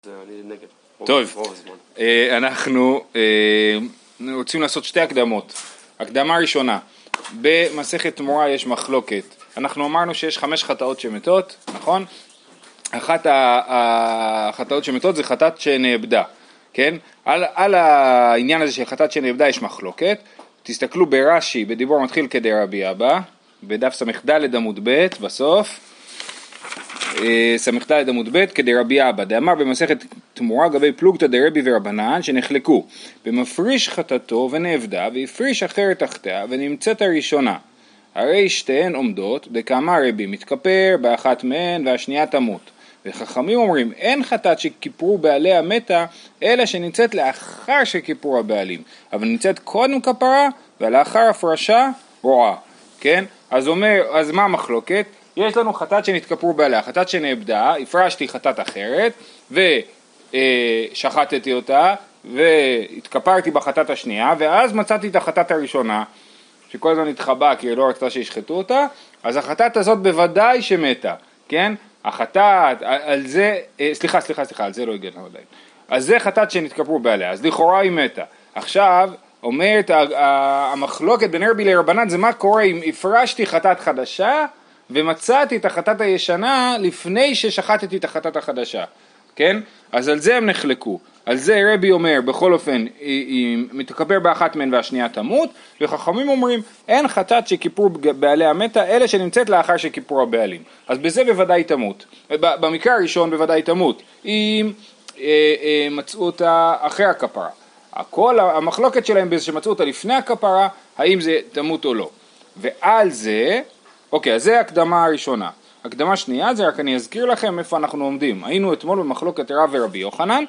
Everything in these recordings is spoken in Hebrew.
אני נגד. טוב, אנחנו רוצים לעשות שתי הקדמות. הקדמה ראשונה, במסכת תמורה יש מחלוקת. אנחנו אמרנו שיש 5 חטאות שמתות, נכון? אחת החטאות שמתות זה חטאת שנאבדה, כן? על העניין הזה של חטאת שנאבדה יש מחלוקת. תסתכלו ברש"י, בדיבור מתחיל כדרבי אבא, בדף ס"ד עמוד ב' בסוף. ס"ד עמוד ב' כדרבי אבא, דאמר במסכת תמורה גבי פלוגתא דרבי ורבנן שנחלקו במפריש חטאתו ונאבדה והפריש אחרת תחתיה ונמצאת הראשונה, הרי שתיהן עומדות, דקאמר רבי מתכפר באחת מהן והשנייה תמות. וחכמים אומרים אין חטאת שכיפרו בעליה מתה אלא שנמצאת לאחר שכיפרו הבעלים, אבל נמצאת קודם כפרה ולאחר הפרשה רועה, כן? אז מה המחלוקת? יש לנו חטאת שנתכפרו בעליה, חטאת שנאבדה, הפרשתי חטאת אחרת ושחטתי אותה והתכפרתי בחטאת השנייה ואז מצאתי את החטאת הראשונה שכל הזמן התחבא כי לא רצתה שישחטו אותה, אז החטאת הזאת בוודאי שמתה, כן? החטאת, על זה, סליחה, על זה לא הגענו עדיין. אז זה חטאת שנתכפרו בעליה, אז לכאורה היא מתה. עכשיו, אומרת המחלוקת בין רבי לרבנן זה מה קורה אם הפרשתי חטאת חדשה ומצאתי את החטאת הישנה לפני ששחטתי את החטאת החדשה, כן? אז על זה הם נחלקו. על זה רבי אומר, בכל אופן, היא מתכפר באחת מהן והשנייה תמות, וחכמים אומרים, אין חטאת שכיפרו בעליה מתה, אלא שנמצאת לאחר שכיפרו הבעלים. אז בזה בוודאי תמות. במקרה הראשון בוודאי תמות, אם מצאו אותה אחרי הכפרה. כל המחלוקת שלהם בזה שמצאו אותה לפני הכפרה, האם זה תמות או לא. ועל זה, אוקיי, אז זה הקדמה הראשונה. הקדמה שנייה זה רק אני אזכיר לכם איפה אנחנו עומדים. היינו אתמול במחלוקת רב ורבי יוחנן,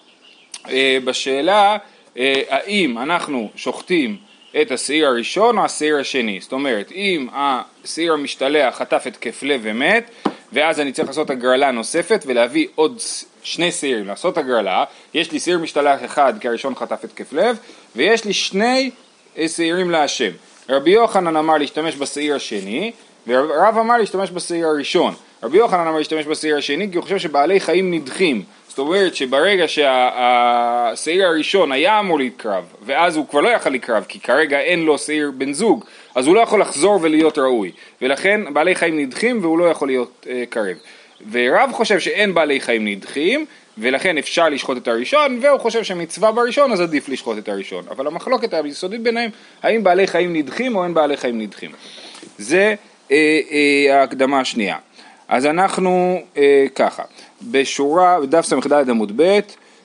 בשאלה האם אנחנו שוחטים את השעיר הראשון או השעיר השני. זאת אומרת, אם השעיר המשתלח חטף את כפלב ומת, ואז אני צריך לעשות הגרלה נוספת ולהביא עוד 2 שעירים לעשות הגרלה. יש לי שעיר משתלח אחד כי הראשון חטף את כפלב, ויש לי 2 שעירים להשם. רבי יוחנן אמר להשתמש בשעיר השני, ורב אמר להשתמש בשעיר הראשון. רבי יוחנן אמר להשתמש בשעיר השני כי הוא חושב שבעלי חיים נדחים. זאת אומרת שברגע שהשעיר הראשון היה אמור להתקרב, ואז הוא כבר לא יכול לקרב, כי כרגע אין לו שעיר בן זוג, אז הוא לא יכול לחזור ולהיות ראוי. ולכן בעלי חיים נדחים והוא לא יכול להיות קרב. ורב חושב שאין בעלי חיים נדחים, ולכן אפשר לשחוט את הראשון, והוא חושב שמצווה בראשון, אז עדיף לשחוט את הראשון. אבל המחלוקת היסודית ביניהם, האם בעלי חיים נדחים או אין בעלי חיים נדחים. זה ההקדמה השנייה. אז אנחנו ככה, בשורה, בדף ס"ד עמוד ב',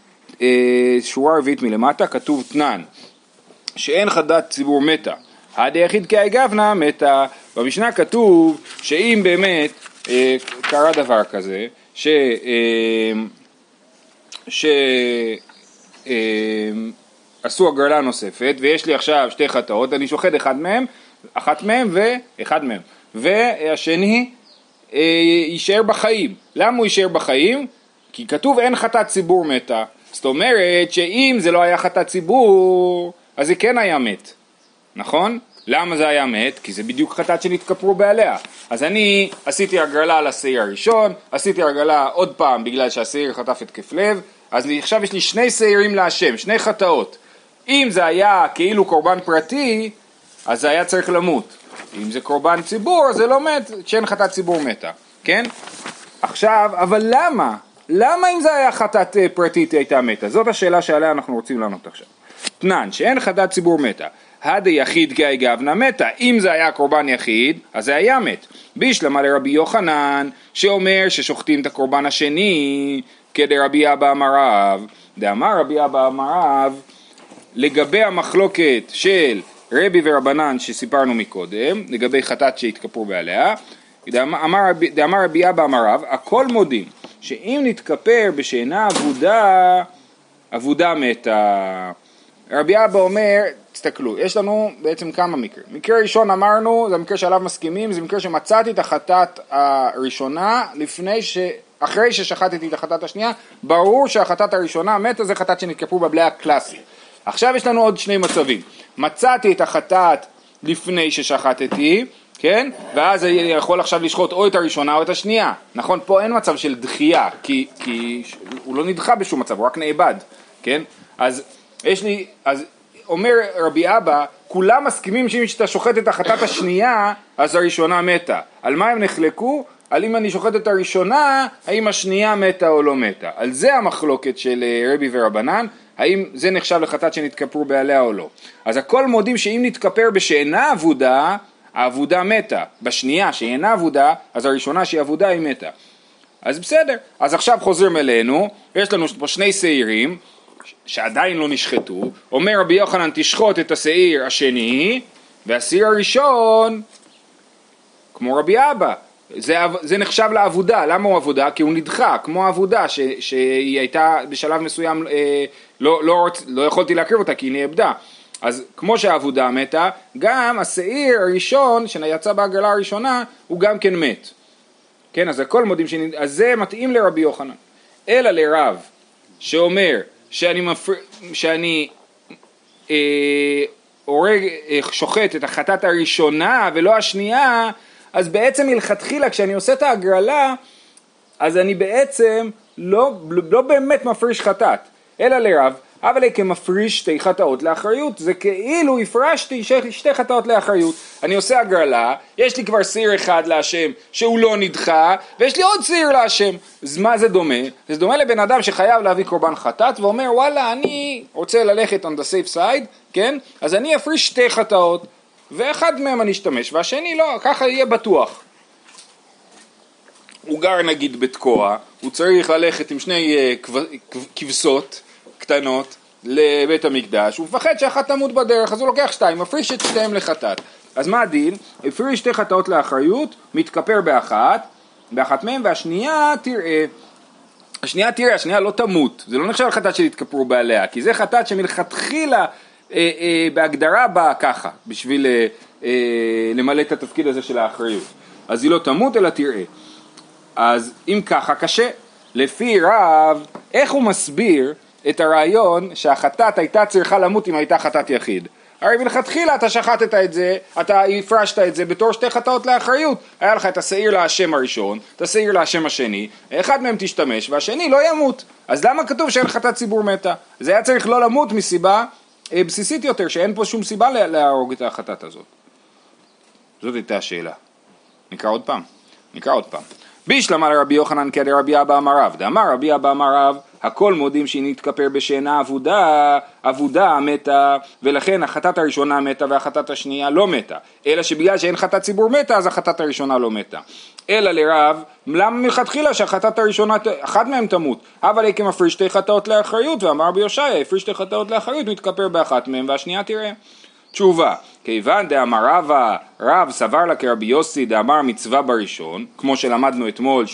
שורה רביעית מלמטה, כתוב תנן, שאין חטאת ציבור מתה, עד היחיד כאגבנה מתה. במשנה כתוב שאם באמת קרה דבר כזה, שעשו הגרלה נוספת, ויש לי עכשיו 2 חטאות, אני שוחט אחת מהם והשני יישאר בחיים. למה הוא יישאר בחיים? כי כתוב אין חטאת ציבור מתה. זאת אומרת שאם זה לא היה חטאת ציבור, אז זה כן היה מת. נכון? למה זה היה מת? כי זה בדיוק חטאת שנתכפרו בעליה. אז אני עשיתי הגרלה על השעיר הראשון, עשיתי הגרלה עוד פעם בגלל שהשעיר חטף את כפלב, אז עכשיו יש לי 2 שעירים להשם, 2 חטאות. אם זה היה כאילו קורבן פרטי, אז זה היה צריך למות. אם זה קורבן ציבור, זה לא מת, שאין חטאת ציבור מתה, כן? עכשיו, אבל למה? למה אם זה היה חטאת פרטית הייתה מתה? זאת השאלה שעליה אנחנו רוצים לענות עכשיו. תנן, שאין חטאת ציבור מתה, הדה יחיד כאגבנה מתה. אם זה היה קורבן יחיד, אז זה היה מת. בישלמה לרבי יוחנן, שאומר ששוחטים את הקורבן השני, כדרבי אבא אמר רב. דאמר רבי אבא אמר רב, לגבי המחלוקת של רבי ורבנן שסיפרנו מקודם, לגבי חטאת שהתכפרו בעליה, דאמר רבי אבא אמר רב, הכל מודים שאם נתכפר בשאינה עבודה מתה. רבי אבא אומר, תסתכלו, יש לנו בעצם כמה מקרים. מקרה ראשון אמרנו, זה המקרה שעליו מסכימים, זה מקרה שמצאתי את החטאת הראשונה אחרי ששחטתי את החטאת השנייה, ברור שהחטאת הראשונה מתה, זה חטאת שנתכפרו בבליה הקלאסי. עכשיו יש לנו עוד 2 מצבים. מצאתי את החטאת לפני ששחטתי, כן? ואז אני יכול עכשיו לשחוט או את הראשונה או את השנייה. נכון? פה אין מצב של דחייה, כי הוא לא נדחה בשום מצב, הוא רק נאבד, כן? אז אומר רבי אבא, כולם מסכימים שאם שאתה שוחט את החטאת השנייה, אז הראשונה מתה. על מה הם נחלקו? על אם אני שוחט את הראשונה, האם השנייה מתה או לא מתה. על זה המחלוקת של רבי ורבנן, האם זה נחשב לחטאת שנתכפרו בעליה או לא. אז הכל מודים שאם נתכפר בשאינה עבודה, העבודה מתה. בשנייה שאינה עבודה, אז הראשונה שהיא עבודה היא מתה. אז בסדר. אז עכשיו חוזרים אלינו, יש לנו פה שני שעירים, שעדיין לא נשחטו. אומר רבי יוחנן, תשחוט את השעיר השני, והשעיר הראשון, כמו רבי אבא. זה נחשב לעבודה. למה הוא עבודה? כי הוא נדחה, כמו העבודה שהיא הייתה בשלב מסוים, לא יכולתי להקריב אותה כי היא נאבדה. אז כמו שהעבודה מתה, גם השעיר הראשון שיצא בהגרלה הראשונה, הוא גם כן מת. כן, אז הכל מודים אז זה מתאים לרבי יוחנן. אלא לרב שאומר שאני שוחט את החטאת הראשונה ולא השנייה, אז בעצם מלכתחילה כשאני עושה את ההגרלה, אז אני בעצם לא באמת מפריש חטאת, אלא לרב, אבל כמפריש שתי חטאות לאחריות, זה כאילו הפרשתי שתי חטאות לאחריות. אני עושה הגרלה, יש לי כבר שעיר אחד להשם שהוא לא נדחה, ויש לי עוד שעיר להשם. אז מה זה דומה? זה דומה לבן אדם שחייב להביא קורבן חטאת, ואומר וואלה אני רוצה ללכת on the safe side, כן? אז אני אפריש שתי חטאות, ואחד מהם אני אשתמש, והשני לא, ככה יהיה בטוח. הוא גר נגיד בתקוע, הוא צריך ללכת עם שני כבשות קטנות לבית המקדש, הוא מפחד שאחת תמות בדרך, אז הוא לוקח שתיים, מפריש את שתיהם לחטאת. אז מה הדין? הפריש שתי חטאות לאחריות, מתכפר באחת מהם, והשנייה תראה. השנייה לא תמות, זה לא נחשב חטאת שהתכפרו בעליה, כי זה חטאת שמלכתחילה בהגדרה באה ככה, בשביל למלא את התפקיד הזה של האחריות. אז היא לא תמות אלא תראה. אז אם ככה קשה, לפי רב, איך הוא מסביר את הרעיון שהחטאת הייתה צריכה למות אם הייתה חטאת יחיד? הרי מלכתחילה אתה שחטת את זה, אתה הפרשת את זה בתור שתי חטאות לאחריות. היה לך את השעיר להשם הראשון, את השעיר להשם השני, אחד מהם תשתמש והשני לא ימות. אז למה כתוב שאין חטאת ציבור מתה? זה היה צריך לא למות מסיבה בסיסית יותר, שאין פה שום סיבה להרוג את החטאת הזאת. זאת הייתה השאלה. נקרא עוד פעם. בישלמה לרבי יוחנן כדרבי אבא אמר רב, דאמר רבי אבא אמר רב, הכל מודים שנתכפר בשאינה עבודה מתה, ולכן החטאת הראשונה מתה והחטאת השנייה לא מתה, אלא שבגלל שאין חטאת ציבור מתה אז החטאת הראשונה לא מתה. אלא לרב, למה מלכתחילה שהחטאת הראשונה אחד מהם תמות? אבל כי מפריש שתי חטאות לאחריות, ואמר רבי יושעיה, הפריש שתי חטאות לאחריות, מתכפר באחת מהם והשנייה תראה. תשובה, כיוון דאמר רב סבר לה כרבי יוסי דאמר מצווה בראשון, כמו שלמדנו אתמול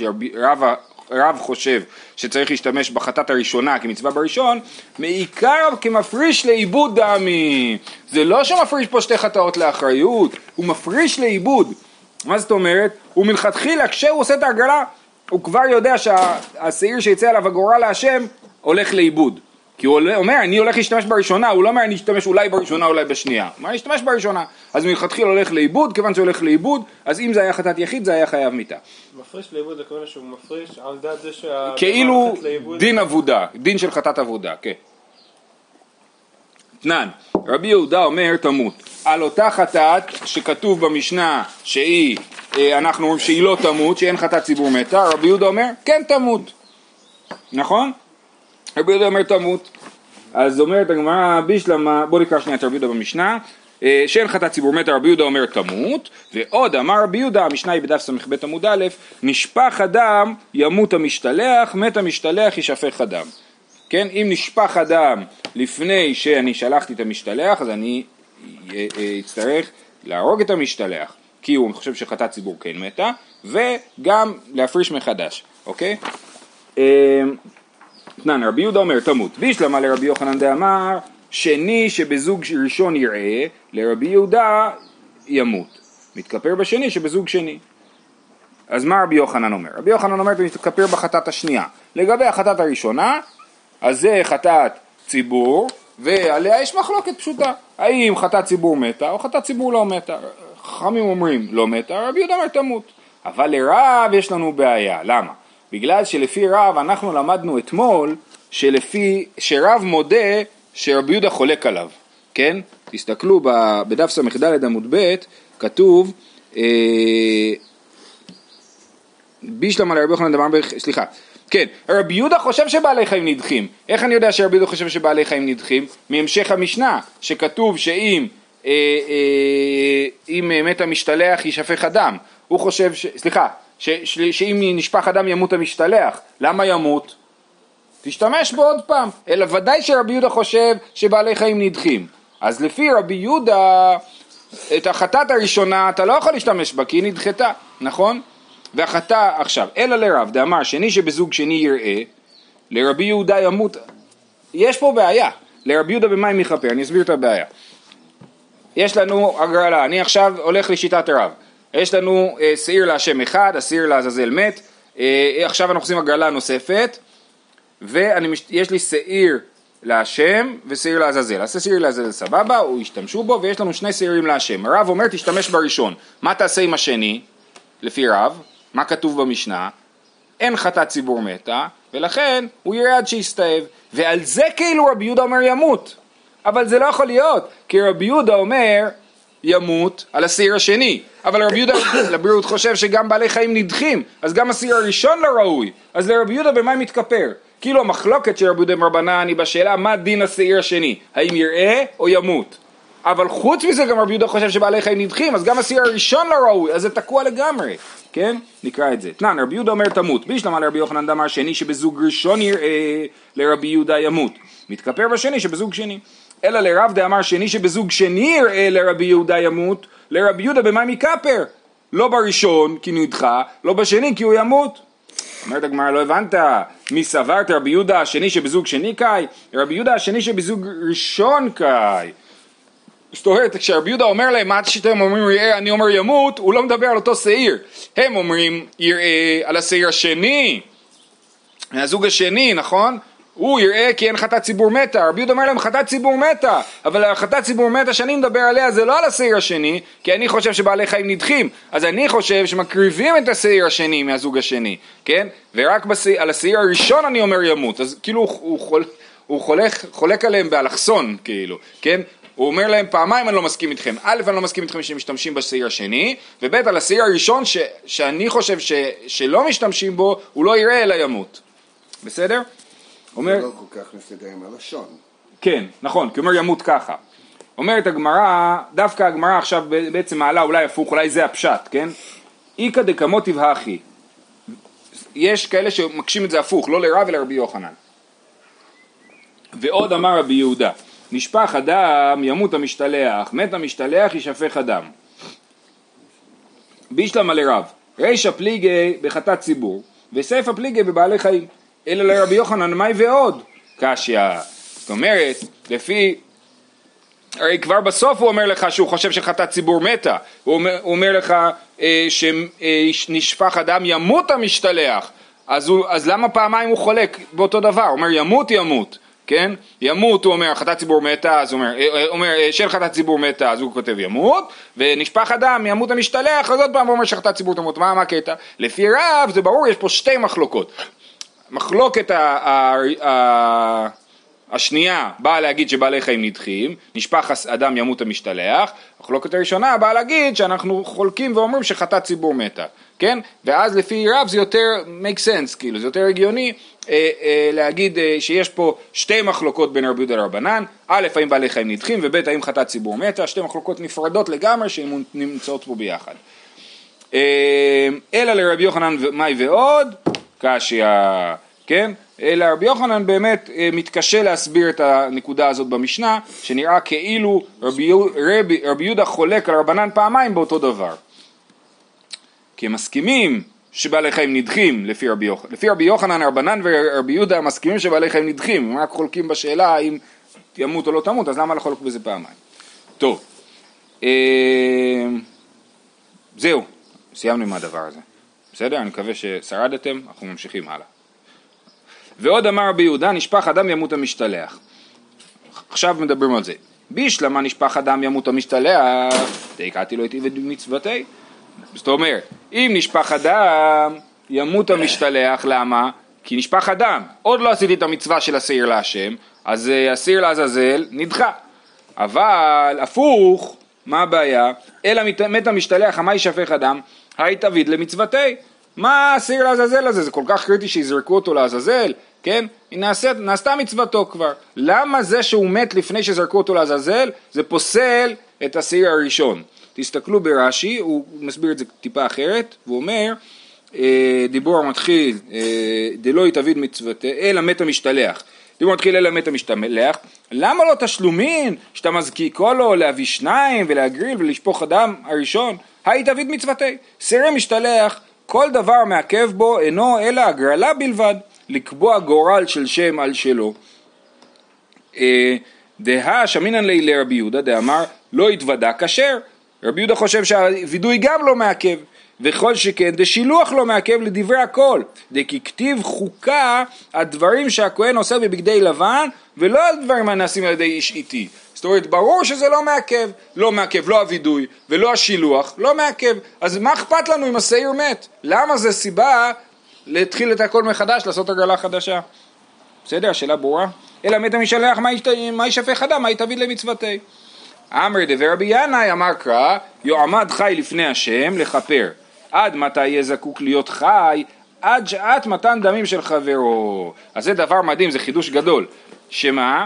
שרב חושב שצריך להשתמש בחטאת הראשונה כמצווה בראשון, מעיקר כמפריש לאיבוד דמי. זה לא שמפריש פה שתי חטאות לאחריות, הוא מפריש לאיבוד. מה זאת אומרת? הוא מלכתחילה כשהוא עושה את ההגרלה, הוא כבר יודע שהשעיר שיצא עליו הגורל להשם הולך לאיבוד. כי הוא אומר, אני הולך להשתמש בראשונה, הוא לא אומר, אני אשתמש אולי בראשונה, אולי בשנייה. הוא אומר, אני אשתמש בראשונה. אז מלכתחילה הולך לאיבוד, כיוון שהוא הולך לאיבוד, אז אם זה היה חטאת יחיד, זה היה חייב מיתה. מפריש לאיבוד, זה כמובן שהוא מפריש על דעת זה שה... כאילו דין עבודה, דין של חטאת עבודה, כן. תנן, רבי יהודה אומר, תמות. על אותה חטאת שכתוב במשנה שהיא, אנחנו אומרים שהיא לא תמות, שאין חטאת ציבור מתה, רבי יהודה אומר, כן תמות. נכון? רבי יהודה אומר תמות. אז אומרת הגמרא בישלמה, בוא נקרא שנייה את רבי יהודה במשנה, שאין חטאת ציבור מתה, רבי יהודה אומר תמות, ועוד אמר רבי יהודה, המשנה היא בדף ס"ב עמוד א', נשפך הדם ימות המשתלח, מת המשתלח ישפך הדם. כן, אם נשפך הדם לפני שאני שלחתי את המשתלח, אז אני אצטרך להרוג את המשתלח, כי הוא חושב שחטאת ציבור כן מתה, וגם להפריש מחדש, אוקיי? תנן, רבי יהודה אומר תמות. בישלמה לרבי יוחנן דאמר שני שבזוג ראשון יראה, לרבי יהודה ימות. מתכפר בשני שבזוג שני. אז מה רבי יוחנן אומר? רבי יוחנן אומר מתכפר בחטאת השנייה. לגבי החטאת הראשונה, אז זה חטאת ציבור, ועליה יש מחלוקת פשוטה. האם חטאת ציבור מתה או חטאת ציבור לא מתה? חכמים אומרים לא מתה, רבי יהודה אומר תמות. אבל לרב יש לנו בעיה, למה? בגלל שלפי רב אנחנו למדנו אתמול שרב מודה שרבי יהודה חולק עליו, כן? תסתכלו בדף ס"ד עמוד ב' כתוב בישלמה לרבי יוחנן דאמר, סליחה, כן, רבי יהודה חושב שבעלי חיים נדחים. איך אני יודע שרבי יהודה חושב שבעלי חיים נדחים? מהמשך המשנה שכתוב שאם מת המשתלח יישפך הדם. הוא חושב, שאם נשפך הדם ימות המשתלח. למה ימות? תשתמש בו עוד פעם. אלא ודאי שרבי יהודה חושב שבעלי חיים נדחים. אז לפי רבי יהודה את החטאת הראשונה אתה לא יכול להשתמש בה כי היא נדחתה, נכון? והחטא עכשיו, אלא לרב דאמר שני שבזוג שני יראה, לרבי יהודה ימות. יש פה בעיה, לרבי יהודה במים יכפר, אני אסביר את הבעיה. יש לנו הגרלה, אני עכשיו הולך לשיטת הרב, יש לנו שעיר להשם אחד, השעיר לעזאזל מת, עכשיו אנחנו עושים הגרלה נוספת, ויש לי שעיר להשם ושעיר לעזאזל. אז שעיר לעזאזל סבבה, הוא ישתמשו בו, ויש לנו שני שעירים להשם. הרב אומר תשתמש בראשון, מה תעשה עם השני? לפי רב, מה כתוב במשנה? אין חטאת ציבור מתה, ולכן הוא יראה עד שיסתאב. ועל זה כאילו רבי יהודה אומר ימות. אבל זה לא יכול להיות, כי רבי יהודה אומר ימות על השעיר השני. אבל רבי יהודה לבריאות חושב שגם בעלי חיים נדחים, אז גם השעיר הראשון לא ראוי. אז לרבי יהודה במה מתכפר? כאילו המחלוקת של רבי יהודה מרבנן היא בשאלה מה דין השעיר השני, האם יראה או ימות. אבל חוץ מזה גם רבי יהודה חושב שבעלי חיים נדחים, אז גם השעיר הראשון לא ראוי, אז זה תקוע לגמרי, כן? נקרא את זה. תנן, רבי יהודה אומר תמות, בישלמה לרבי יוחנן דאמר שני שבזוג ראשון יראה, לרבי יהודה ימות. מתכפר בשני שבזוג שני. אלא לרב דאמר שני שבזוג שני יראה לרבי יהודה ימות, לרבי יהודה במה מכפר? לא בראשון כי נדחה, לא בשני כי הוא ימות. אומרת הגמרא, לא הבנת, מי סברת רבי יהודה השני שבזוג שני קאי? רבי יהודה השני שבזוג ראשון קאי. זאת אומרת, כשרבי יהודה אומר להם, מה שאתם אומרים יראה, אני אומר ימות, הוא לא מדבר על אותו שעיר. הם אומרים יראה על השעיר השני, הזוג השני, נכון? הוא יראה כי אין חטאת ציבור מתה. רבי יהודה אומר להם חטאת ציבור מתה, אבל החטאת ציבור מתה שאני מדבר עליה זה לא על השעיר השני, כי אני חושב שבעלי חיים נדחים, אז אני חושב שמקריבים את השעיר השני מהזוג השני, כן? ורק על השעיר הראשון אני אומר ימות, אז כאילו הוא חולק עליהם באלכסון, כאילו, כן? הוא אומר להם פעמיים אני לא מסכים איתכם, א' אני לא מסכים איתכם שמשתמשים בשעיר השני, וב' על השעיר הראשון שאני חושב שלא משתמשים בו, הוא לא יראה אלא ימות. בסדר? אומר, זה לא כל כך מסתדר עם הלשון. כן, נכון, כי אומר ימות ככה. אומרת הגמרא, דווקא הגמרא עכשיו בעצם מעלה אולי הפוך, אולי זה הפשט, כן? איקא דקמוטיב הכי. יש כאלה שמקשים את זה הפוך, לא לרב אלא רבי יוחנן. ועוד אמר רבי יהודה, נשפך הדם ימות המשתלח, מת המשתלח ישפך הדם. בישלמה לרב, רישא פליגי בחטאת ציבור, וסייפא פליגי בבעלי חיים. אלא לרבי יוחנן מאי ועוד קשיא. זאת אומרת, הרי כבר בסוף הוא אומר לך שהוא חושב שחטאת ציבור מתה, הוא אומר לך שנשפך הדם ימות המשתלח, אז למה פעמיים הוא חולק באותו דבר? הוא אומר ימות, כן? ימות הוא אומר חטאת ציבור מתה, אז הוא אומר של חטאת ציבור מתה, אז הוא כותב ימות, ונשפך הדם ימות המשתלח, אז עוד פעם הוא אומר שחטאת ציבור תמות. מה הקטע? לפי רב זה ברור, יש פה שתי מחלוקות. מחלוקת השנייה באה להגיד שבעלי חיים נדחים, נשפך אדם ימות המשתלח. מחלוקת הראשונה באה להגיד שאנחנו חולקים ואומרים שחטאת ציבור מתה, כן? ואז לפי רב זה יותר make sense, כאילו זה יותר הגיוני להגיד שיש פה שתי מחלוקות בין רבי יהודה לרבנן, א' האם בעלי חיים נדחים וב' האם חטאת ציבור מתה, שתי מחלוקות נפרדות לגמרי שהן נמצאות פה ביחד. אלא לרבי יוחנן מאי ועוד קשיא, כן? אלא רבי יוחנן באמת מתקשה להסביר את הנקודה הזאת במשנה, שנראה כאילו רבי יהודה חולק על רבנן פעמיים באותו דבר. כי הם מסכימים שבעלי חיים נדחים לפי רבי יוחנן. לפי רבי יוחנן, רבנן ורבי יהודה מסכימים שבעלי חיים נדחים, הם רק חולקים בשאלה האם ימות או לא תמות, אז למה לחולק בזה פעמיים? טוב, זהו, סיימנו עם הדבר הזה. בסדר? אני מקווה ששרדתם, אנחנו ממשיכים הלאה. ועוד אמר רבי יהודה, נשפך אדם ימות המשתלח. עכשיו מדברים על זה. בישלמה נשפך הדם ימות המשתלח, תיקעתי לו את עבד מצוותי. זאת אומרת, אם נשפך הדם ימות המשתלח, למה? כי נשפך הדם, עוד לא עשיתי את המצווה של השעיר להשם, אז השעיר לעזאזל נדחה. אבל הפוך, מה הבעיה? אלא מת המשתלח, מה ישפך הדם? היית תביד למצוותי. מה השעיר לעזאזל הזה? זה כל כך קריטי שיזרקו אותו לעזאזל, כן? נעשתה מצוותו כבר. למה זה שהוא מת לפני שזרקו אותו לעזאזל? זה פוסל את השעיר הראשון. תסתכלו ברש"י, הוא מסביר את זה טיפה אחרת, והוא אומר, דיבור המתחיל, דלא יתאביד מצוותי, אלא מת המשתלח. דיבור מתחיל אלא מת המשתלח, למה לא תשלומין שאתה מזקיקו לו להביא שניים ולהגריל ולשפוך הדם הראשון? היתאביד מצוותי. שעיר משתלח, כל דבר מעכב בו אינו אלא הגרלה בלבד, לקבוע גורל של שם על שלו. דהה שמינן לי לרבי יהודה דאמר לא יתוודע כשר. רבי יהודה חושב שהווידוי גם לא מעכב, וכל שכן דשילוח לא מעכב לדברי הכל, דכי כתיב חוקה הדברים שהכהן עושה בבגדי לבן, ולא על דברים הנעשים על ידי איש איתי. זאת אומרת, ברור שזה לא מעכב, לא מעכב, לא הווידוי ולא השילוח, לא מעכב. אז מה אכפת לנו אם השעיר מת? למה זה סיבה להתחיל את הכל מחדש, לעשות הגרלה חדשה? בסדר, השאלה ברורה? אלא מת המשתלח, מה ישפך אדם, מה יתאביד למצוותי? אמר דבר רבי ינאי אמר קרא, יועמד חי לפני השם לכפר. עד מתי יהיה זקוק להיות חי? עד שעת מתן דמים של חברו. אז זה דבר מדהים, זה חידוש גדול. שמה?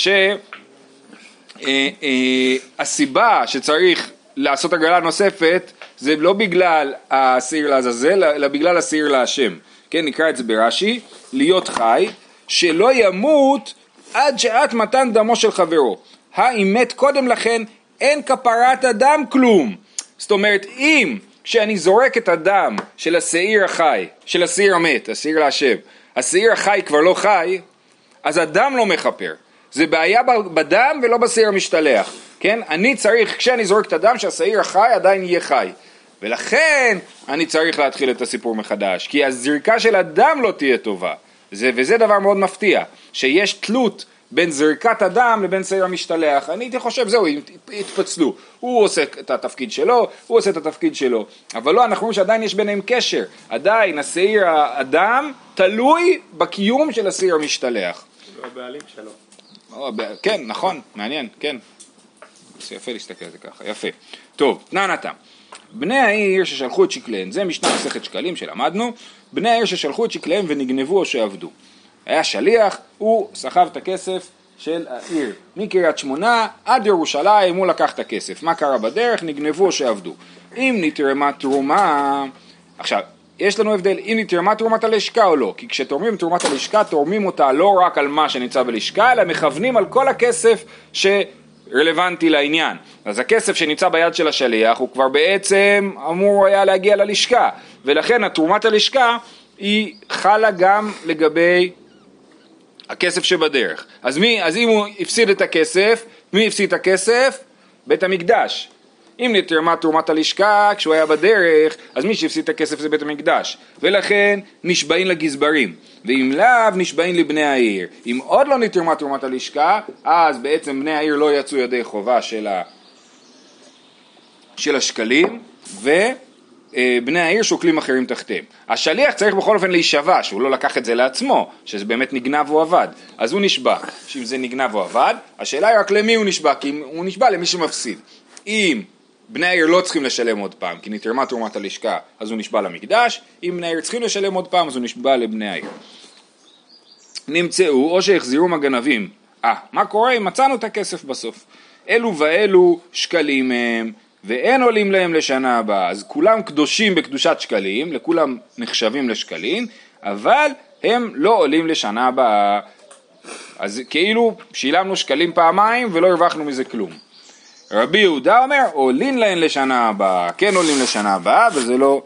הסיבה שצריך לעשות הגרלה נוספת זה לא בגלל השעיר לעזאזל, אלא בגלל השעיר להשם. כן, נקרא את זה ברש"י, להיות חי, שלא ימות עד שעת מתן דמו של חברו. אם מת קודם לכן, אין כפרת הדם כלום. זאת אומרת, אם כשאני זורק את הדם של השעיר החי, של השעיר המת, השעיר להשם, השעיר החי כבר לא חי, אז הדם לא מכפר. זה בעיה בדם ולא בשעיר המשתלח. כן? אני צריך, כשאני זורק את הדם, שהשעיר החי עדיין יהיה חי. ולכן אני צריך להתחיל את הסיפור מחדש, כי הזריקה של הדם לא תהיה טובה. וזה דבר מאוד מפתיע, שיש תלות בין זריקת הדם לבין שעיר המשתלח. אני הייתי חושב, זהו, התפצלו. הוא עושה את התפקיד שלו, הוא עושה את התפקיד שלו. אבל לא, אנחנו רואים שעדיין יש ביניהם קשר. עדיין השעיר הדם תלוי בקיום של השעיר המשתלח. הוא הבעלים שלו. כן, נכון, מעניין, כן. זה יפה להסתכל על זה ככה, יפה. טוב, תנענתם. בני העיר ששלחו את שקליהם, זה משנה מסכת שקלים שלמדנו, בני העיר ששלחו את שקליהם ונגנבו או שעבדו. היה שליח, הוא סחב את הכסף של העיר. מקריית שמונה עד ירושלים הוא לקח את הכסף. מה קרה בדרך? נגנבו או שעבדו. אם נתרמה תרומה, עכשיו, יש לנו הבדל אם נתרמה תרומת הלשכה או לא, כי כשתורמים תרומת הלשכה, תורמים אותה לא רק על מה שנמצא בלשכה, אלא מכוונים על כל הכסף שרלוונטי לעניין. אז הכסף שנמצא ביד של השליח, הוא כבר בעצם אמור היה להגיע ללשכה, ולכן התרומת הלשכה היא חלה גם לגבי הכסף שבדרך. אז אם הוא הפסיד את הכסף, מי הפסיד את הכסף? בית המקדש. אם נתרמה תרומת הלשכה כשהוא היה בדרך, אז מי שהפסיד את הכסף זה בית המקדש. ולכן נשבעים לגזברים, ואם לאו נשבעים לבני העיר. אם עוד לא נתרמה תרומת הלשכה, אז בעצם בני העיר לא יצאו ידי חובה של השקלים, ובני העיר שוקלים אחרים תחתיהם. השליח צריך בכל אופן להישבע, שהוא לא לקח את זה לעצמו, שזה באמת נגנב או עבד. אז הוא נשבע, שאם זה נגנב או עבד, השאלה היא רק למי הוא נשבע, כי הוא נשבע למי שמפסיד. אם בני העיר לא צריכים לשלם עוד פעם, כי נתרמה תרומת הלשכה, אז הוא נשבע למקדש. אם בני העיר צריכים לשלם עוד פעם, אז הוא נשבע לבני העיר. נמצאו או שהחזירו מגנבים. מה קורה אם מצאנו את הכסף בסוף? אלו ואלו שקלים הם, ואין עולים להם לשנה הבאה. אז כולם קדושים בקדושת שקלים, לכולם נחשבים לשקלים, אבל הם לא עולים לשנה הבאה. אז כאילו שילמנו שקלים פעמיים ולא הרווחנו מזה כלום. רבי יהודה אומר, עולים להם לשנה הבאה, כן עולים לשנה הבאה, וזה לא,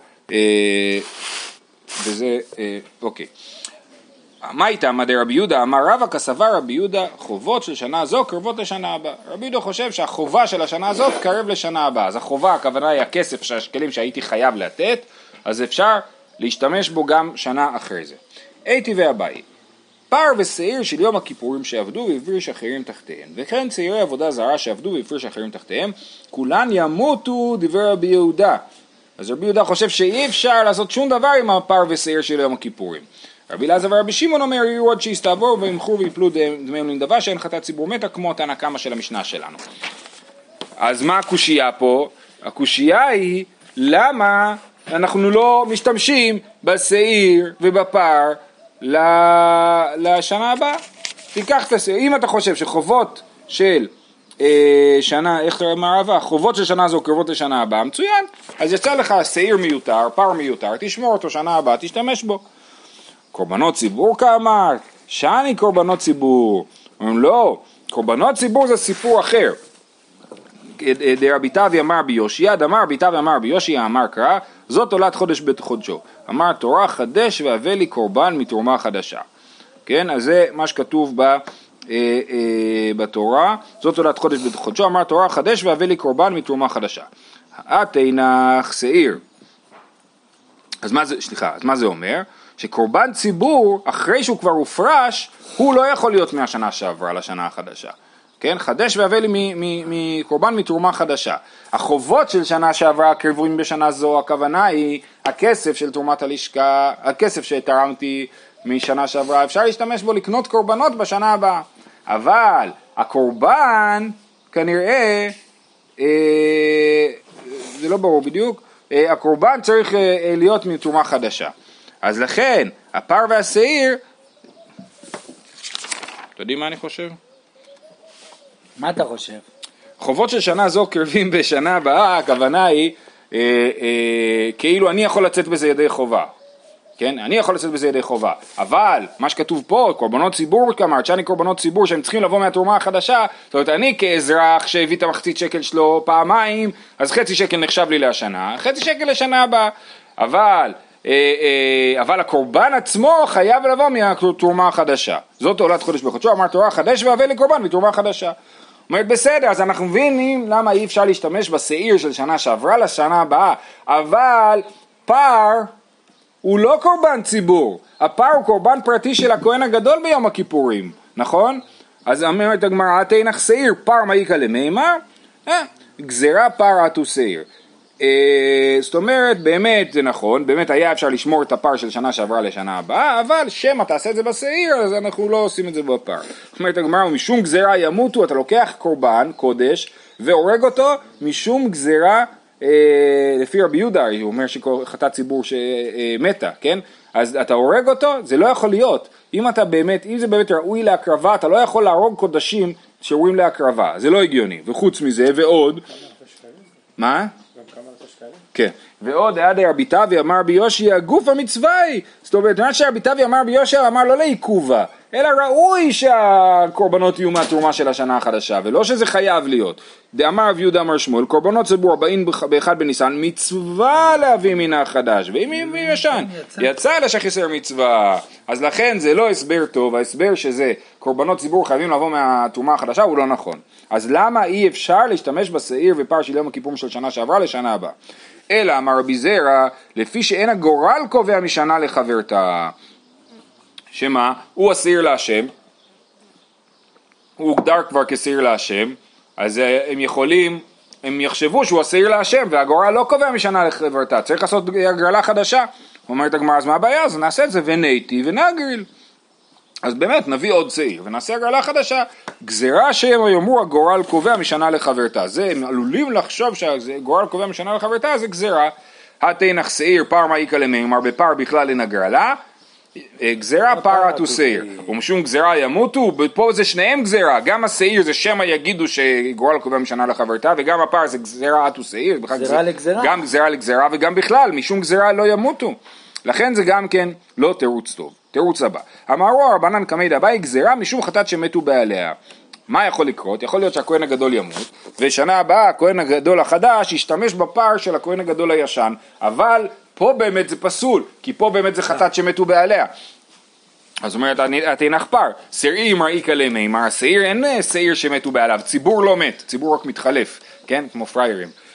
אוקיי. מה איתם? מדי רבי יהודה, אמר רבא כסבר רבי יהודה, חובות של שנה זו קרבות לשנה הבאה. רבי יהודה חושב שהחובה של השנה הזאת קרב לשנה הבאה. אז החובה, הכוונה היא הכסף של השקלים שהייתי חייב לתת, אז אפשר להשתמש בו גם שנה אחרי זה. הייתי ואביי, הפר ושעיר של יום הכיפורים שעבדו והפריש אחרים תחתיהם, וכן שעירי עבודה זרה שעבדו והפריש אחרים תחתיהם, כולן ימותו, דיבר רבי יהודה. אז רבי יהודה חושב שאי אפשר לעשות שום דבר עם הפר ושעיר של יום הכיפורים. רבי אלעזר ורבי שמעון אומר, יהיו עוד שיסתעבור וימחו ויפלו דמיהם לנדבה שאין חטאת ציבור מתה, כמו תנא קמא של המשנה שלנו. אז מה הקושייה פה? הקושייה היא למה אנחנו לא משתמשים בשעיר ובפר לשנה הבאה. תיקח את השעיר, אם אתה חושב שחובות של שנה, איך תראה מערבה, חובות של שנה זו קרבות לשנה הבאה, מצוין, אז יצא לך שעיר מיותר, פר מיותר, תשמור אותו שנה הבאה, תשתמש בו. קורבנות ציבור כאמר, שאני קורבנות ציבור, אומרים לא, קורבנות ציבור זה סיפור אחר. דרבי טביה אמר ביושיה, דאמר רבי טביה אמר ביושיה אמר קרא, זאת עולת חודש בחודשו. אמר תורה חדש והבא לי קורבן מתרומה חדשה. כן, אז זה מה שכתוב בתורה, זאת עולת חודש בחודשו, אמר תורה חדש והבא לי קורבן מתרומה חדשה. התנח שעיר. אז מה זה אומר? שקורבן ציבור, אחרי שהוא כבר הופרש, הוא לא יכול להיות מהשנה שעברה לשנה החדשה. כן, חדש והבא לי מקורבן מתרומה חדשה. החובות של שנה שעברה קרבים בשנה זו, הכוונה היא הכסף של תרומת הלשכה, הכסף שתרמתי משנה שעברה, אפשר להשתמש בו לקנות קורבנות בשנה הבאה. אבל הקורבן כנראה, זה לא ברור בדיוק, הקורבן צריך להיות מתרומה חדשה. אז לכן, הפר והשעיר, אתה יודעים מה אני חושב? מה אתה חושב? חובות של שנה זו קרבים בשנה הבאה, הכוונה היא כאילו אני יכול לצאת בזה ידי חובה. כן? אני יכול לצאת בזה ידי חובה. אבל מה שכתוב פה, קורבנות ציבור, כלומר, שאני קורבנות ציבור שהם צריכים לבוא מהתרומה החדשה, זאת אומרת, אני כאזרח שהביא את המחצית שקל שלו פעמיים, אז חצי שקל נחשב לי לשנה, חצי שקל לשנה הבאה. אבל הקורבן עצמו חייב לבוא מהתרומה החדשה. זאת עולת חודש בחודשו, אמר תורה חדש והבא לי קורבן מתרומה חדשה. אומרת בסדר, אז אנחנו מבינים למה אי אפשר להשתמש בשעיר של שנה שעברה לשנה הבאה, אבל פר הוא לא קורבן ציבור, הפר הוא קורבן פרטי של הכהן הגדול ביום הכיפורים, נכון? אז אומרת הגמרא, תנח שעיר, פר מעיקה למימר, גזירה פר עטו שעיר. זאת אומרת, באמת זה נכון, באמת היה אפשר לשמור את הפר של שנה שעברה לשנה הבאה, אבל שמה תעשה את זה בשעיר, אז אנחנו לא עושים את זה בפר. זאת אומרת, הגמרא, משום גזירה ימותו, אתה לוקח קורבן, קודש, והורג אותו, משום גזירה, לפי רבי יהודה, הוא אומר שחטאת ציבור שמתה, כן? אז אתה הורג אותו, זה לא יכול להיות. אם זה באמת ראוי להקרבה, אתה לא יכול להרוג קודשים שראויים להקרבה, זה לא הגיוני. וחוץ מזה, ועוד, מה? כן, ועוד עד רבי טביה אמר רבי יושי הגוף המצווה היא, זאת אומרת, מה שרבי טביה אמר רבי יושי אמר לא לעיכובה, אלא ראוי שהקורבנות יהיו מהתרומה של השנה החדשה, ולא שזה חייב להיות. דאמר רבי יהודה אמר שמואל, קורבנות ציבור הבאים באחד בניסן, מצווה להביא מן החדש, ואם ישן, יצא לשחסר מצווה. אז לכן זה לא הסבר טוב, ההסבר שזה קורבנות ציבור חייבים לבוא מהתרומה החדשה הוא לא נכון. אז למה אי אפשר להשתמש בשעיר ופר של יום הכיפורים של שנה שעברה לשנה הבאה? אלא אמר רבי זרע, לפי שאין הגורל קובע משנה לחברתה. שמה? הוא השעיר להשם, הוא הוגדר כבר כשעיר להשם, אז הם יחשבו שהוא השעיר להשם, והגורל לא קובע משנה לחברתה, צריך לעשות הגרלה חדשה. אומרת הגמרא, אז מה הבעיה? אז נעשה את זה וניתי ונגריל. אז באמת נביא עוד שעיר ונעשה הגרלה חדשה. גזירה שהם יאמרו הגורל קובע משנה לחברתה, זה הם עלולים לחשוב שהגורל קובע משנה לחברתה, זה גזירה. התנח שעיר פר מעיקה למימר, בפר בכלל אין הגרלה, גזירה פר עטו שעיר, ומשום גזירה ימותו, פה זה שניהם גזירה, גם השעיר זה שמא יגידו שגורל קובע משנה לחברתה, וגם הפר זה גזירה עטו שעיר, גם גזירה לגזירה, וגם בכלל משום גזירה לא ימותו, לכן זה גם כן לא תירוץ טוב. תירוץ הבא, אמרו הרבנן קמי דאביי גזירה משום חטאת שמתו בעליה. מה יכול לקרות? יכול להיות שהכהן הגדול ימות, ושנה הבאה הכהן הגדול החדש ישתמש בפר של הכהן הגדול הישן, אבל פה באמת זה פסול, כי פה באמת זה חטאת שמתו בעליה. אז אומרת, התנח פר, שעיר מעיקה למימר, השעיר אין שעיר שמתו בעליו, ציבור לא מת, ציבור רק מתחלף, כן? כמו פריירים.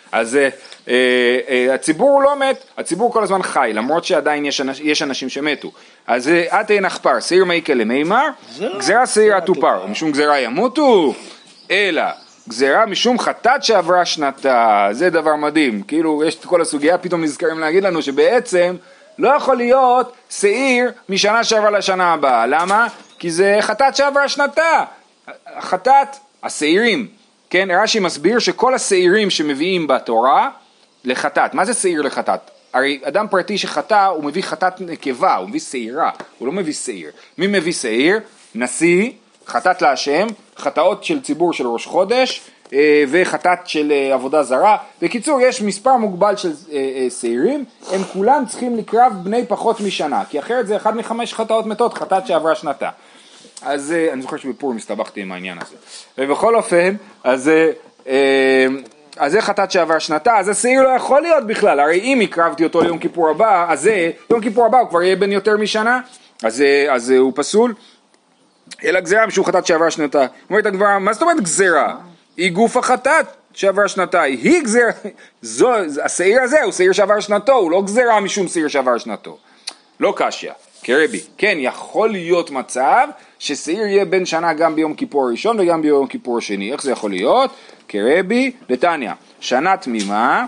אז הציבור לא מת, הציבור כל הזמן חי, למרות שעדיין יש אנשים שמתו. אז אתן אכפר, שעיר מייקה למימר, גזירה שעיר התופר, ומשום גזירה ימותו, אלא גזירה משום חטאת שעברה שנתה, זה דבר מדהים, כאילו יש את כל הסוגיה, פתאום נזכרים להגיד לנו שבעצם לא יכול להיות שעיר משנה שעברה לשנה הבאה, למה? כי זה חטאת שעברה שנתה, חטאת השעירים, כן, רש"י מסביר שכל השעירים שמביאים בתורה לחטאת, מה זה שעיר לחטאת? הרי אדם פרטי שחטא הוא מביא חטאת נקבה, הוא מביא שעירה, הוא לא מביא שעיר. מי מביא שעיר? נשיא, חטאת להשם, חטאות של ציבור של ראש חודש וחטאת של עבודה זרה. בקיצור, יש מספר מוגבל של שעירים, הם כולם צריכים לקרב בני פחות משנה, כי אחרת זה 1 מ-5 חטאות מתות, חטאת שעברה שנתה. אז אני זוכר שבפורים הסתבכתי עם העניין הזה. ובכל אופן, אז זה חטאת שעבר שנתה, אז השעיר לא יכול להיות בכלל, הרי אם הקרבתי אותו ליום כיפור הבא, אז יום כיפור הבא הוא כבר יהיה בן יותר משנה, אז הוא פסול, אלא גזירה משום חטאת שעבר שנתה. אומרת הגמרא, מה זאת אומרת גזירה? היא גוף החטאת שעבר שנתה, היא גזירה, השעיר הזה הוא שעיר שעבר שנתו, הוא לא גזירה משום שעיר שעבר שנתו, לא קשיא. כרבי, כן, יכול להיות מצב ששעיר יהיה בן שנה גם ביום כיפור הראשון וגם ביום כיפור השני. איך זה יכול להיות? כרבי, דתניא, שנה תמימה,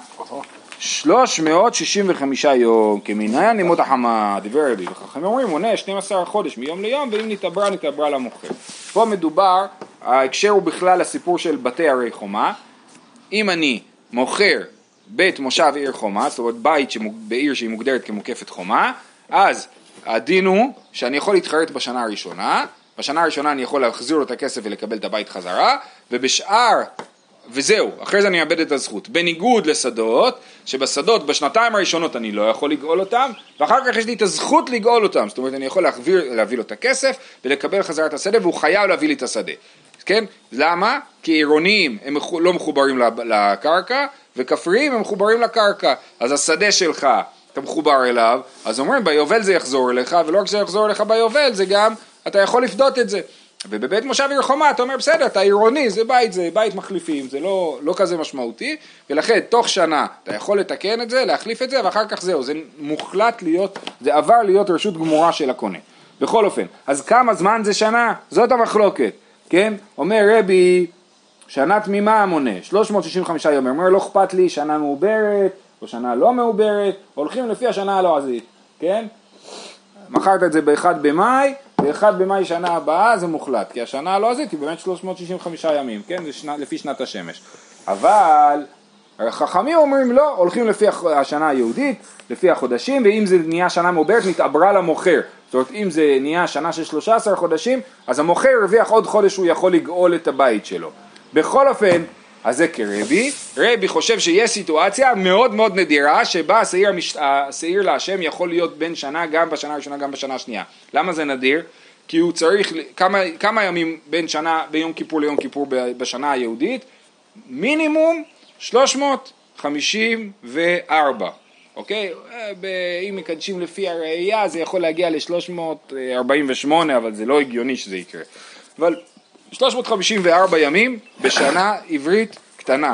365 יום, כמניין ימות החמה, דבר רבי, וחכמים אומרים, מונה 12 חודש מיום ליום, ואם נתעברה למוכר. פה מדובר, ההקשר הוא בכלל הסיפור של בתי ערי חומה. אם אני מוכר בית מושב עיר חומה, זאת אומרת בית בעיר שהיא מוגדרת כמוקפת חומה, אז הדין הוא שאני יכול להתחרט בשנה הראשונה, בשנה הראשונה אני יכול להחזיר לו את הכסף ולקבל את הבית חזרה, ובשאר, וזהו, אחרי זה אני אאבד את הזכות. בניגוד לשדות, שבשדות בשנתיים הראשונות אני לא יכול לגאול אותם, ואחר כך יש לי את הזכות לגאול אותם, זאת אומרת אני יכול להביא לו את הכסף ולקבל חזרה את השדה, והוא חייב להביא לי את השדה. כן? למה? כי עירוניים הם לא מחוברים לקרקע, וכפריים הם מחוברים לקרקע, אז השדה שלך אתה מחובר אליו, אז אומרים ביובל זה יחזור אליך, ולא רק שזה יחזור אליך ביובל, זה גם, אתה יכול לפדות את זה. ובבית מושב עיר חומה, אתה אומר בסדר, אתה עירוני, זה בית מחליפים, זה לא כזה משמעותי, ולכן תוך שנה אתה יכול לתקן את זה, להחליף את זה, ואחר כך זהו, זה מוחלט להיות, זה עבר להיות רשות גמורה של הקונה. בכל אופן, אז כמה זמן זה שנה? זאת המחלוקת, כן? אומר רבי, שנה תמימה מונה, 365 יום, אומר לא אכפת לי, שנה מעוברת, או שנה לא מעוברת, הולכים לפי השנה הלועזית, כן? מכרת את זה ב-1 במאי, ב-1 במאי שנה הבאה זה מוחלט, כי השנה הלועזית היא באמת 365 ימים, כן? זה לפי שנת השמש. אבל החכמים אומרים לא, הולכים לפי השנה היהודית, לפי החודשים, ואם זה נהיה שנה מעוברת, נתעברה למוכר. זאת אומרת, אם זה נהיה שנה של 13 חודשים, אז המוכר הרוויח עוד חודש שהוא יכול לגאול את הבית שלו. בכל אופן, אז זה כרבי, רבי חושב שיש סיטואציה מאוד מאוד נדירה שבה השעיר להשם יכול להיות בין שנה גם בשנה הראשונה גם בשנה השנייה. למה זה נדיר? כי הוא צריך כמה ימים בין שנה, בין יום כיפור ליום כיפור בשנה היהודית? מינימום 354, אוקיי? אם מקדשים לפי הראייה זה יכול להגיע ל-348, אבל זה לא הגיוני שזה יקרה. אבל 354 ימים בשנה עברית קטנה.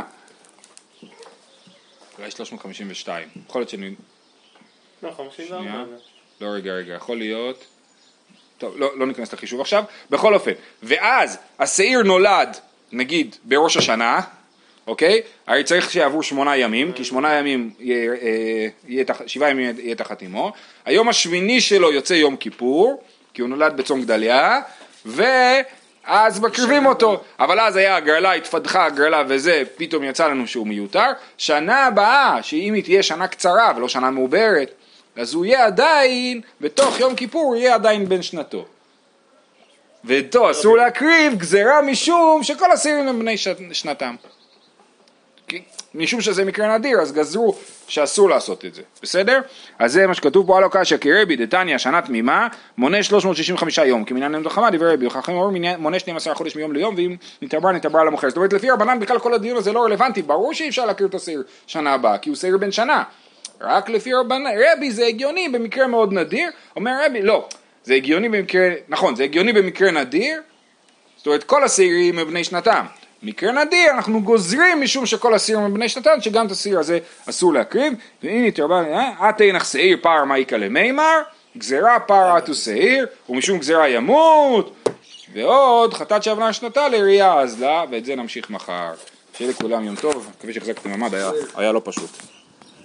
אולי 352. יכול להיות שאני... לא, 54. לא, רגע, יכול להיות... טוב, לא ניכנס לחישוב עכשיו. בכל אופן, ואז השעיר נולד, נגיד, בראש השנה, אוקיי? הרי צריך שיעבור 8 ימים, כי 8 ימים, 7 ימים יהיה תחת אמו. היום השמיני שלו יוצא יום כיפור, כי הוא נולד בצום גדליה, אז מקריבים אותו, אבל אז היה הגרלה, התפתחה הגרלה וזה, פתאום יצא לנו שהוא מיותר. שנה הבאה, שאם היא תהיה שנה קצרה ולא שנה מעוברת, אז הוא יהיה עדיין, בתוך יום כיפור הוא יהיה עדיין בן שנתו. ואיתו אסור להקריב גזירה משום שכל השעירים הם בני שנתם. משום שזה מקרה נדיר, אז גזרו שאסור לעשות את זה, בסדר? אז זה מה שכתוב פה על הקשיא, כרבי דתניא שנה תמימה, מונה 365 יום, כמניין ימות החמה, דבר רבי, וחכמים אומרים מונה 12 חודש מיום ליום, ואם נתעברה למוכר. זאת אומרת, לפי רבנן בכלל כל הדיון הזה לא רלוונטי, ברור שאי אפשר להכיר את השעיר שנה הבאה, כי הוא שעיר בן שנה. רק לפי רבי זה הגיוני במקרה מאוד נדיר, אומר רבי, לא, זה הגיוני במקרה, נכון, זה הגיוני במקרה נדיר, זאת אומרת, כל השעירים הם בני שנתם. מקרה נדיר אנחנו גוזרים משום שכל הסיר מבני שנתן, שגם את הסיר הזה אסור להקריב, והנה תרבן, עתינך שעיר פער מאיקה למימר, גזירה פער עתו שעיר, ומשום גזירה ימות, ועוד חטאת שעברה שנתה לראייה אזלה, ואת זה נמשיך מחר. שיהיה לכולם יום טוב, מקווה שהחזקתם ממד, היה לא פשוט.